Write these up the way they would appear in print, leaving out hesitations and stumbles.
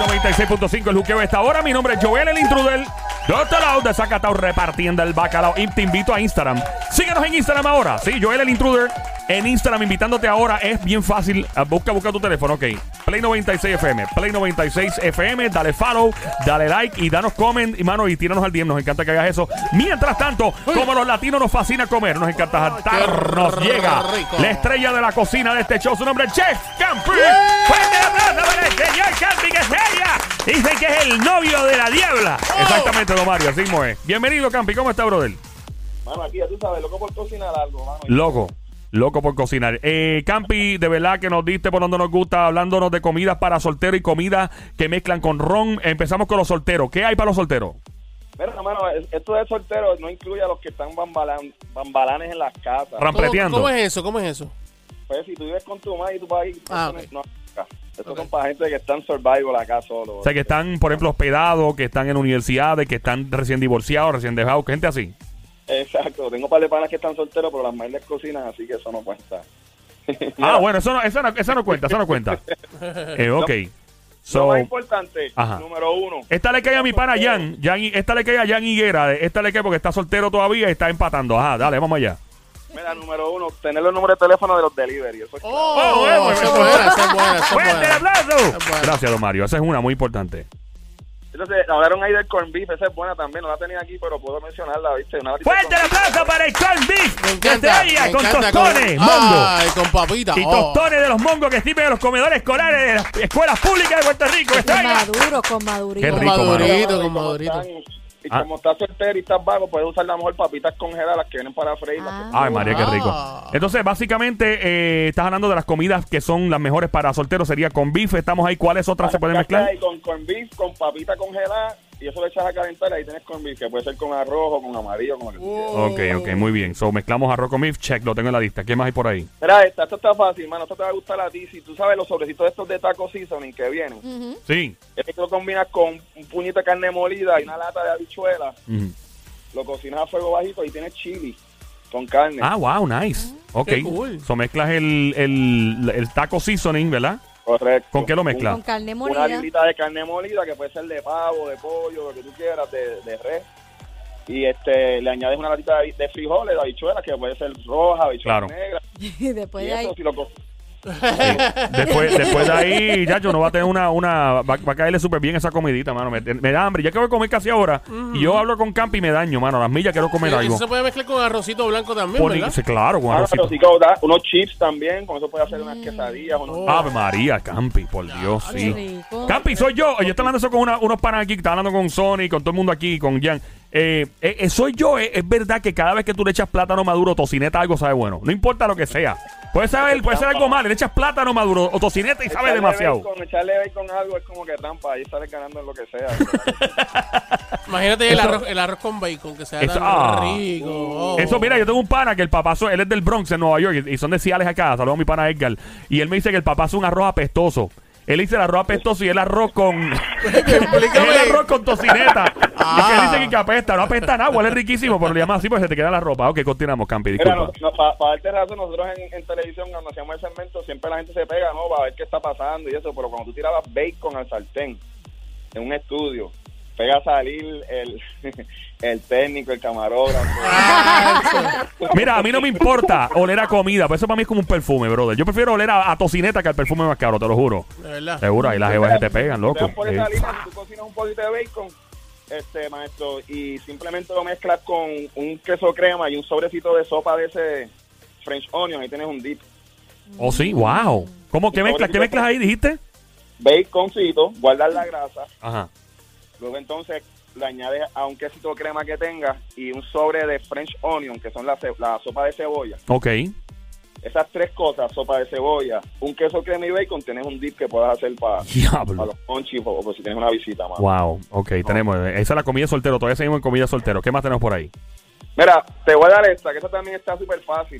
96.5 el juqueo de esta hora. Mi nombre es Joel, el intruder. De otro lado de Zacatau repartiendo el bacalao. Y te invito a Instagram. Síguenos en Instagram ahora. Sí, Joel, el intruder. En Instagram, invitándote ahora. Es bien fácil. Busca tu teléfono, ok. Play 96 FM. Play 96 FM. Dale follow, dale like y danos comment. Y mano, y tíranos al DM. Nos encanta que hagas eso. Mientras tanto, como los latinos nos fascina comer, nos encanta jantarnos. Llega la estrella de la cocina de este show. Su nombre es Chef Campi. ¡Fuerte aplauso para el señor Campi, que seria! Dicen que es el novio de la diabla. Exactamente, don Mario. Así mismo es. Bienvenido, Campi. ¿Cómo está, brother? Mano, aquí ya tú sabes, loco por cocinar algo, mano. Loco por cocinar. Campi, de verdad que nos diste por donde nos gusta, hablándonos de comidas para solteros y comidas que mezclan con ron. Empezamos con los solteros. ¿Qué hay para los solteros? Mira, hermano, esto de solteros no incluye a los que están bambalanes en las casas. Rampreteando. ¿Cómo es eso? Pues si tú vives con tu madre y tu país, no. Estos son para gente que están survival acá solo. O sea, que están, por ejemplo, hospedados, que están en universidades, que están recién divorciados, recién dejados, gente así. Exacto, tengo un par de panas que están solteros, pero las madres les cocinan, así que eso no cuenta. Bueno, eso no cuenta. Ok. Lo más importante, número uno. Esta le cae a mi pana Jan. Esta le cae a Jan Higuera. Esta le cae porque está soltero todavía y está empatando. Ajá, dale, vamos allá. Mira, número uno, tener los números de teléfono de los delivery. Eso es bueno, esa es buena. ¡Fuerte el aplauso! Gracias, don Mario. Esa es una muy importante. Entonces, hablaron ahí del corn beef. Esa es buena también. No la tenía aquí, pero puedo mencionarla, ¿viste? ¡Fuerte el aplauso para el corn beef! Me encanta, con tostones, mongo. Ay, con papita. Y tostones de los mongos que sirven en los comedores escolares de las escuelas públicas de Puerto Rico. Con madurito. Qué rico, con madurito. Y como estás soltero y estás vago, puedes usar la mejor papitas congeladas que vienen para freír. Ay, María, qué rico. Entonces, básicamente, estás hablando de las comidas que son las mejores para solteros. Sería con beef, estamos ahí. ¿Cuáles otras se pueden mezclar? Con corn beef, con papita congelada, y eso le echas a calentar, ahí tienes corn beef, que puede ser con arroz o con amarillo, como lo que Ok, muy bien. So, mezclamos arroz con beef, check, lo tengo en la lista. ¿Qué más hay por ahí? Mira, esto está fácil, mano. Esto te va a gustar a ti. Si tú sabes los sobrecitos estos de taco seasoning que vienen. Sí. Es que lo combinas con un puñito de carne molida y una lata de habichuela. Lo cocinas a fuego bajito y tienes chili con carne. Ah, wow, nice. Ok. Cool. So, mezclas el taco seasoning, ¿verdad? Correcto. ¿Con qué lo mezclas? Con carne molida. Una librita de carne molida que puede ser de pavo, de pollo, lo que tú quieras, de res. Y le añades una latita de frijoles, de habichuelas, que puede ser roja, habichuelas negras. Y después y de ahí. eso, si lo Sí. Después de ahí, ya yo no va a tener va a caerle súper bien esa comidita, mano. Me da hambre. Ya quiero comer casi ahora. Y yo hablo con Campi y me daño, mano. Las millas quiero comer algo. Eso se puede mezclar con arrocito blanco también, ¿verdad? Sí, claro, con arrocito. Unos chips también, con eso puedes hacer unas quesadillas. Ave María, Campi, por Dios, sí. Rico. Campi, soy yo. Yo estoy hablando eso con unos panas aquí, que están hablando con Sony, con todo el mundo aquí, con Jan. Soy yo. Es verdad que cada vez que tú le echas plátano maduro, tocineta, algo sabe bueno. No importa lo que sea. Puede ser algo mal. Le echas plátano maduro o tocineta y sabe demasiado. Echarle bacon a algo es como que trampa. Ahí sales ganando en lo que sea. Imagínate el arroz con bacon, que sea tan rico. Eso, mira, yo tengo un pana que el papá, él es del Bronx, en Nueva York, y son de Ciales acá. Saludos a mi pana Edgar. Y él me dice que el papá hace un arroz apestoso. Él dice el arroz apestoso y el arroz con... el arroz con tocineta. Y que él dice que apesta. No apesta nada, huele riquísimo, pero le llama así porque se te queda la ropa. Ok, continuamos, Campi, disculpa. Para darte razón, nosotros en televisión, cuando hacíamos el segmento, siempre la gente se pega, ¿no? Para ver qué está pasando y eso. Pero cuando tú tirabas bacon al sartén en un estudio, pega a salir el técnico, el camarógrafo. Mira, a mí no me importa oler a comida, pues eso para mí es como un perfume, brother. Yo prefiero oler a tocineta que al perfume más caro, te lo juro. De verdad. Seguro, ahí las jevas se te pegan, loco. Por esa línea, si tú cocinas un poquito de bacon, maestro, y simplemente lo mezclas con un queso crema y un sobrecito de sopa de ese French onion, ahí tienes un dip. Oh, sí, wow. ¿Cómo? ¿Qué mezclas ahí, dijiste? Baconcito, guardar la grasa. Ajá. Luego entonces le añades a un quesito crema que tengas y un sobre de French onion, que son la sopa de cebolla. Ok. Esas tres cosas, sopa de cebolla, un queso crema y bacon, tienes un dip que puedas hacer para los ponchis o si tienes una visita más. Wow, ok, tenemos. Esa es la comida soltero. Todavía seguimos en comida soltero. ¿Qué más tenemos por ahí? Mira, te voy a dar esta, que esta también está súper fácil.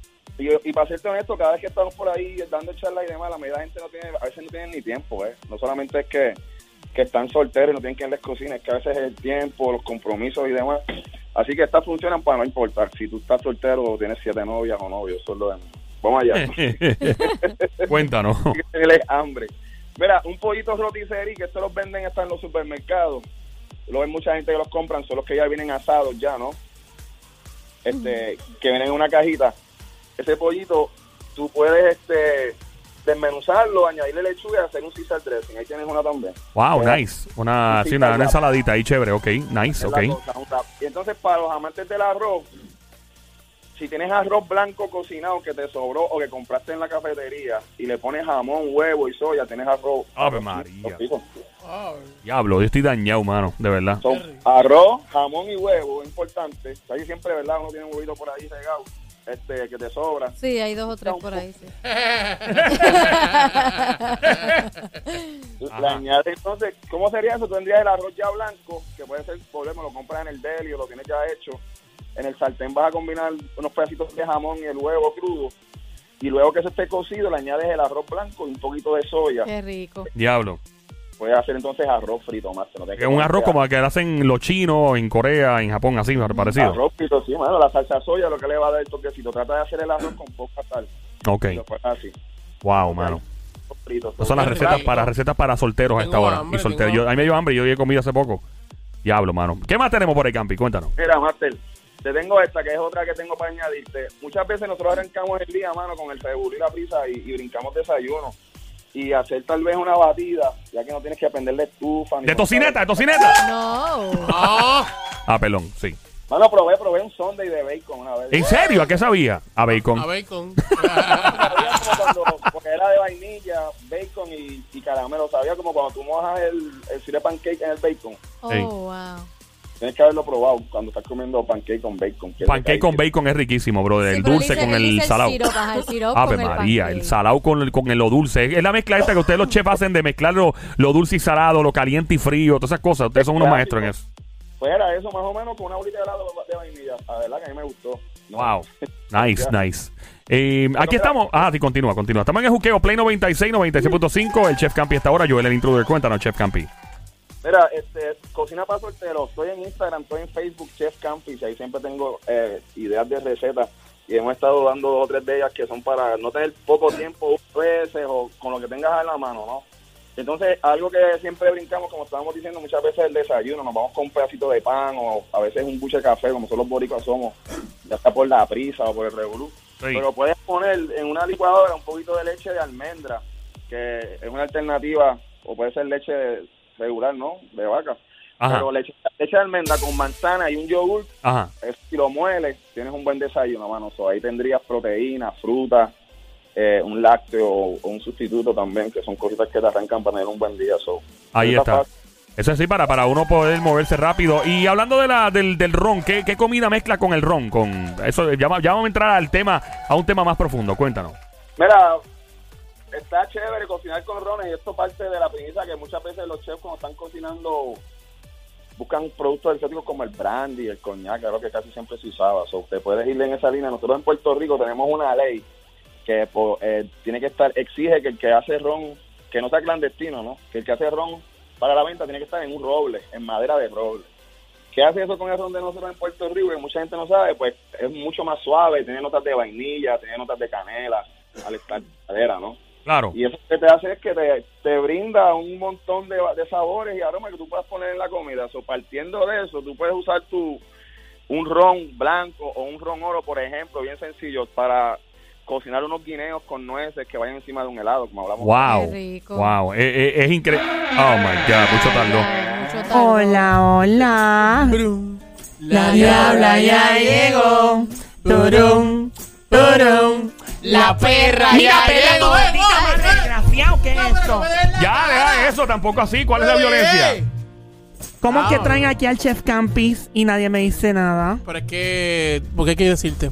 Y para serte honesto, cada vez que estamos por ahí dando charla y demás, la mayoría de la gente a veces no tiene ni tiempo, No solamente es que están solteros y no tienen quien les cocine, es que a veces es el tiempo, los compromisos y demás. Así que estas funcionan para no importar si tú estás soltero o tienes 7 novias o novios, eso es lo de... Vamos allá. Cuéntanos. Tienes hambre. Mira, un pollito rotisserie, que estos los venden hasta en los supermercados. Lo ven mucha gente que los compran, son los que ya vienen asados ya, ¿no? Que vienen en una cajita. Ese pollito, tú puedes desmenuzarlo, añadirle lechuga y hacer un Caesar dressing. Ahí tienes una también. Wow, nice. Una ensaladita ahí chévere, ok, nice, ok. Y entonces para los amantes del arroz, si tienes arroz blanco cocinado que te sobró o que compraste en la cafetería y le pones jamón, huevo y soya, tienes arroz. Ave María. Diablo, yo estoy dañado, mano, de verdad. Son arroz, jamón y huevo, importante. Ahí siempre, ¿verdad? Uno tiene un huevito por ahí regado. Que te sobra. Sí, hay 2 o 3 por ahí, sí. Le añades, entonces, ¿cómo sería eso? Tú tendrías el arroz ya blanco, que puede ser, problema, lo compras en el deli o lo tienes ya hecho. En el sartén vas a combinar unos pedacitos de jamón y el huevo crudo. Y luego que eso esté cocido, le añades el arroz blanco y un poquito de soya. Qué rico. Diablo. Puedes hacer entonces arroz frito más. No es un arroz como el que hacen los chinos en Corea, en Japón, así, parecido. Arroz frito, sí, mano. La salsa soya lo que le va a dar el toquecito. Trata de hacer el arroz con poca sal. Ok. Así. Wow, mano. Esas son las recetas para solteros a esta hora. Y solteros. A mí me dio hambre y yo he comido hace poco. Diablo, mano. ¿Qué más tenemos por ahí, Campi? Cuéntanos. Mira, Master, te tengo esta, que es otra que tengo para añadirte. Muchas veces nosotros arrancamos el día, mano, con el revolú y la prisa y brincamos desayuno. Y hacer tal vez una batida, ya que no tienes que aprender de estufa. ¿De tocineta? ¿De tocineta? No. Pelón, sí. Mano, probé un sundae de bacon una vez. ¿En serio? ¿A qué sabía? A bacon. A bacon. Porque era de vainilla, bacon y caramelo. Sabía como cuando tú mojas el syrup pancake en el bacon. Oh, sí. wow. Tienes que haberlo probado cuando estás comiendo pancake con bacon. Pancake con bacon es riquísimo, bro. El dulce con el salado. Ave María, el salado con lo dulce. Es la mezcla esta que ustedes los chefs hacen de mezclar lo dulce y salado, lo caliente y frío, todas esas cosas. Ustedes son unos maestros en eso. Pues era eso más o menos con una bolita de helado de vainilla. La verdad que a mí me gustó. No. Wow. Nice. Aquí estamos. Sí, continúa. Estamos en el juqueo Play 96, 96.5. El Chef Campi está ahora. Joel el intruder. Cuéntanos, Chef Campi. Mira, cocina para solteros. Estoy en Instagram, estoy en Facebook, Chef Campis. Ahí siempre tengo ideas de recetas. Y hemos estado dando 2 o 3 de ellas que son para no tener poco tiempo, veces o con lo que tengas en la mano, ¿no? Entonces, algo que siempre brincamos, como estábamos diciendo, muchas veces el desayuno. Nos vamos con un pedacito de pan o a veces un buche de café, como son los boricuas somos, ya sea por la prisa o por el revolú. Sí. Pero puedes poner en una licuadora un poquito de leche de almendra, que es una alternativa, o puede ser leche regular, ¿no? De vaca. Ajá. Pero leche de almendra con manzana y un yogur. Ajá. Si lo mueles, tienes un buen desayuno, mano. Ahí tendrías proteína, fruta, un lácteo o un sustituto también, que son cositas que te arrancan para tener un buen día. Ahí está. Eso es así, para uno poder moverse rápido. Y hablando del ron, ¿qué comida mezcla con el ron? Con eso ya vamos a entrar a un tema más profundo. Cuéntanos. Mira, está chévere cocinar con rones, y esto parte de la premisa que muchas veces los chefs cuando están cocinando buscan productos exóticos como el brandy, el coñac, que es lo que casi siempre se usaba. Usted puede ir en esa línea. Nosotros en Puerto Rico tenemos una ley que tiene que exige que el que hace ron, que no sea clandestino, ¿no? Que el que hace ron para la venta tiene que estar en un roble, en madera de roble. ¿Qué hace eso con el ron de nosotros en Puerto Rico? Que mucha gente no sabe, pues es mucho más suave, tiene notas de vainilla, tiene notas de canela, al estar madera, ¿no? Claro. Y eso que te hace es que te brinda un montón de sabores y aromas que tú puedas poner en la comida. Partiendo de eso, tú puedes usar un ron blanco o un ron oro, por ejemplo, bien sencillo, para cocinar unos guineos con nueces que vayan encima de un helado, como hablamos. Wow. Qué rico. Wow. Es increíble. Oh my God, mucho tardó. Hola. La diabla ya llegó. Turum, turum. La perra ya llegó. Desgraciado, ¿qué es esto? Ya, deja eso, tampoco así. ¿Cuál es la violencia? ¿Cómo es que traen aquí al Chef Campis y nadie me dice nada? Pero es que... ¿Por qué hay que decirte?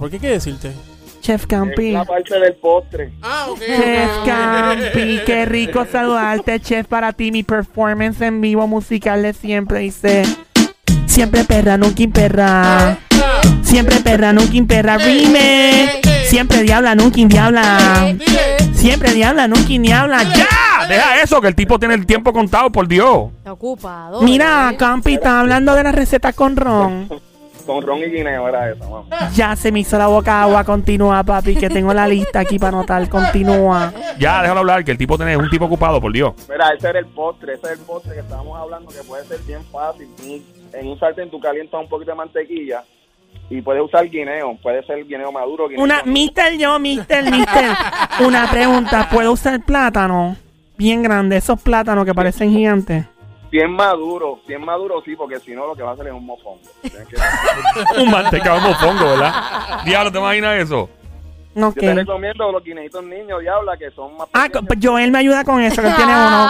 Chef Campi. Es la parte del postre. Ok. Chef Campi, qué rico saludarte, Chef. Para ti, mi performance en vivo musical de siempre dice: siempre perra, nunca imperra. Siempre perra, nunca imperra. Rime. Siempre diabla, nunca indiabla. Siempre diabla, nunca indiabla. ¡Ya! Deja eso, que el tipo tiene el tiempo contado, por Dios. Está ocupado. Mira, Campi está hablando de la receta con ron. Con ron y guineo era esa, mamá. Ya se me hizo la boca agua. Continúa, papi, que tengo la lista aquí para anotar. Continúa. Ya, déjalo hablar, que el tipo es un tipo ocupado, por Dios. Mira, ese era el postre que estábamos hablando, que puede ser bien fácil. En un sartén tú calientas un poquito de mantequilla y puedes usar guineo, puede ser guineo maduro. Guineo Mister. Una pregunta, ¿puedo usar plátano? Bien grande, esos plátanos que parecen gigantes. bien maduro sí, porque si no lo que va a hacer es un mofongo. Un mantecado mofongo, ¿verdad? Diablo, ¿te imaginas eso? No, Yo te recomiendo los guineitos niños, Diabla, que son más pequeños. Pues Joel me ayuda con eso, que él tiene uno.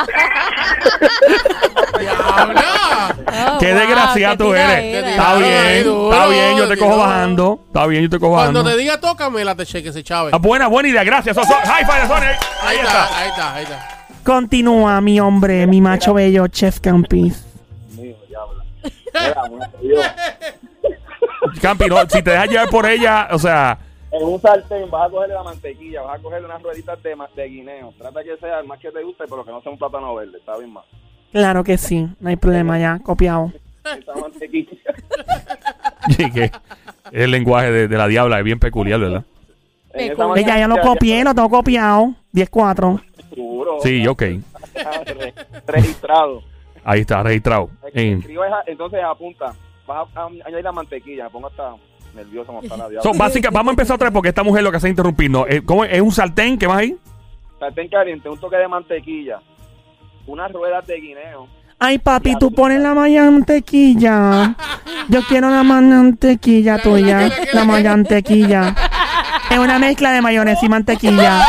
¡Diabla! Qué desgraciado tú eres. Está bien, yo te cojo bajando. Está bien, yo te cojo bajando. Cuando te diga tócamela, te cheque ese chave. Buena idea, gracias. High five, Sonic. Ahí está. Continúa, mi hombre, mi macho bello, Chef Campis. Mío, Diabla. Mira, bueno, Dios. Campi, no, si te dejas llevar por ella, o sea... En un sartén vas a cogerle la mantequilla, vas a cogerle unas rueditas de guineo. Trata que sea el más que te guste, pero que no sea un plátano verde, está bien más. Claro que sí, no hay problema ya, copiado. Esa mantequilla. Y que el lenguaje de la Diabla es bien peculiar, ¿verdad? Ya yo lo copié, lo tengo copiado. 10-4. Seguro. Sí, ok. Registrado. Ahí está, registrado. Entonces apunta, vas a añadir la mantequilla, me pongo hasta nervioso como está la Diabla. Vamos a empezar otra vez porque esta mujer lo que hace es interrumpirnos. ¿Cómo es? ¿Es un sartén? ¿Qué más ahí? Sartén caliente, un toque de mantequilla, unas ruedas de guineo. Ay, papi, tú pones la mantequilla. Yo quiero la mantequilla tuya. La mantequilla. Es una mezcla de mayonesa y mantequilla.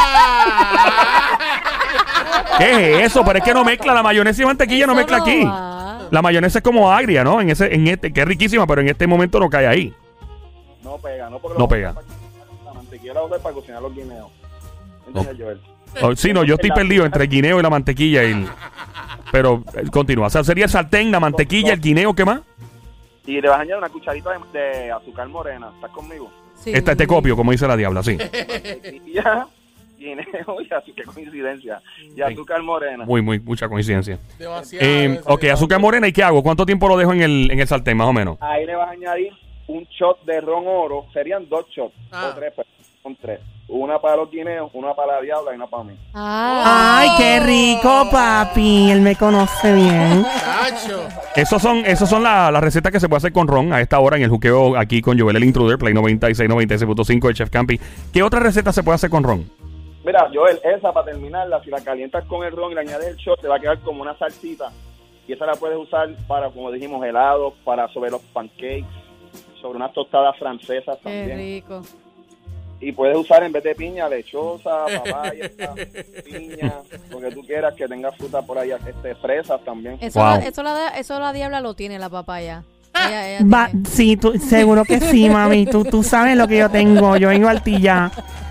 ¿Qué es eso? Pero es que no mezcla la mayonesa y mantequilla, no mezcla aquí. La mayonesa es como agria, ¿no? Que es riquísima, pero en este momento no cae ahí. No pega, no pega. La mantequilla la usa para cocinar los guineos. ¿Entiendes, Joel? Sí, no, yo estoy perdido entre el guineo y la mantequilla. Pero continúa. O sea, sería el sartén, la mantequilla, el guineo, ¿qué más? Y le vas a añadir una cucharita de azúcar morena. ¿Estás conmigo? Sí. Te copio, como dice la Diabla, sí. Mantequilla, guineo y azúcar, qué coincidencia. Y azúcar morena. Mucha coincidencia. Demasiado. Ok, azúcar morena, ¿y qué hago? ¿Cuánto tiempo lo dejo en el sartén, más o menos? Ahí le vas a añadir un shot de ron oro. Serían 2 shots o 3, pero son 3. Una para los guineos, una para la Diabla y una para mí. Ay, qué rico, papi. Él me conoce bien. Chacho. Esos son las recetas que se puede hacer con ron a esta hora en el juqueo aquí con Joel el Intruder, Play 96, 96.5 de Chef Campi. ¿Qué otra receta se puede hacer con ron? Mira, Joel, esa para terminarla, si la calientas con el ron y le añades el shot, te va a quedar como una salsita. Y esa la puedes usar para, como dijimos, helados, para sobre los pancakes, sobre unas tostadas francesas también. Qué rico. Y puedes usar en vez de piña, lechosa, papaya, piña, lo que tú quieras, que tenga fruta por ahí, fresas también. Eso la Diabla lo tiene, la papaya. Ella tiene. Sí, seguro que sí, mami. Tú sabes lo que yo tengo. Yo vengo al tilla.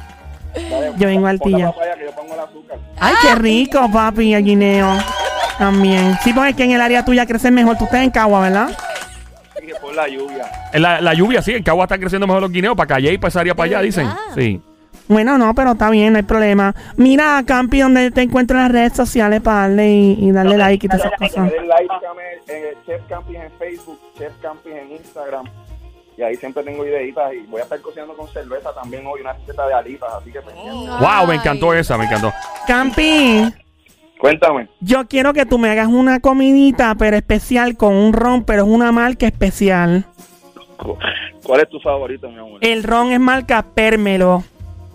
Yo vengo al Pon la tilla. papaya que yo pongo el azúcar. Ay, qué rico, papi, el guineo. También. Sí, porque es que en el área tuya crece mejor. Tú estás en Cagua, ¿verdad? Y que por la lluvia. La lluvia, sí, en Cagua están creciendo mejor los guineos, para Calle y para esa área para allá, dicen. Sí. Bueno, no, pero está bien, no hay problema. Mira, Campi, donde te encuentro en las redes sociales para darle y darle like y todas esas cosas. Dale like, Chef Campis en Facebook, Chef Campis en Instagram. Y ahí siempre tengo ideitas y voy a estar cocinando con cerveza también hoy, una receta de alitas, así que Wow, me encantó esa, me encantó. Campi, cuéntame. yo quiero que tú me hagas una comidita, pero especial con un ron, pero es una marca especial. ¿Cuál es tu favorito, mi amor? El ron es marca Pérmelo.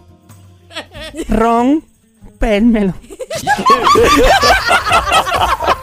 Ron Pérmelo.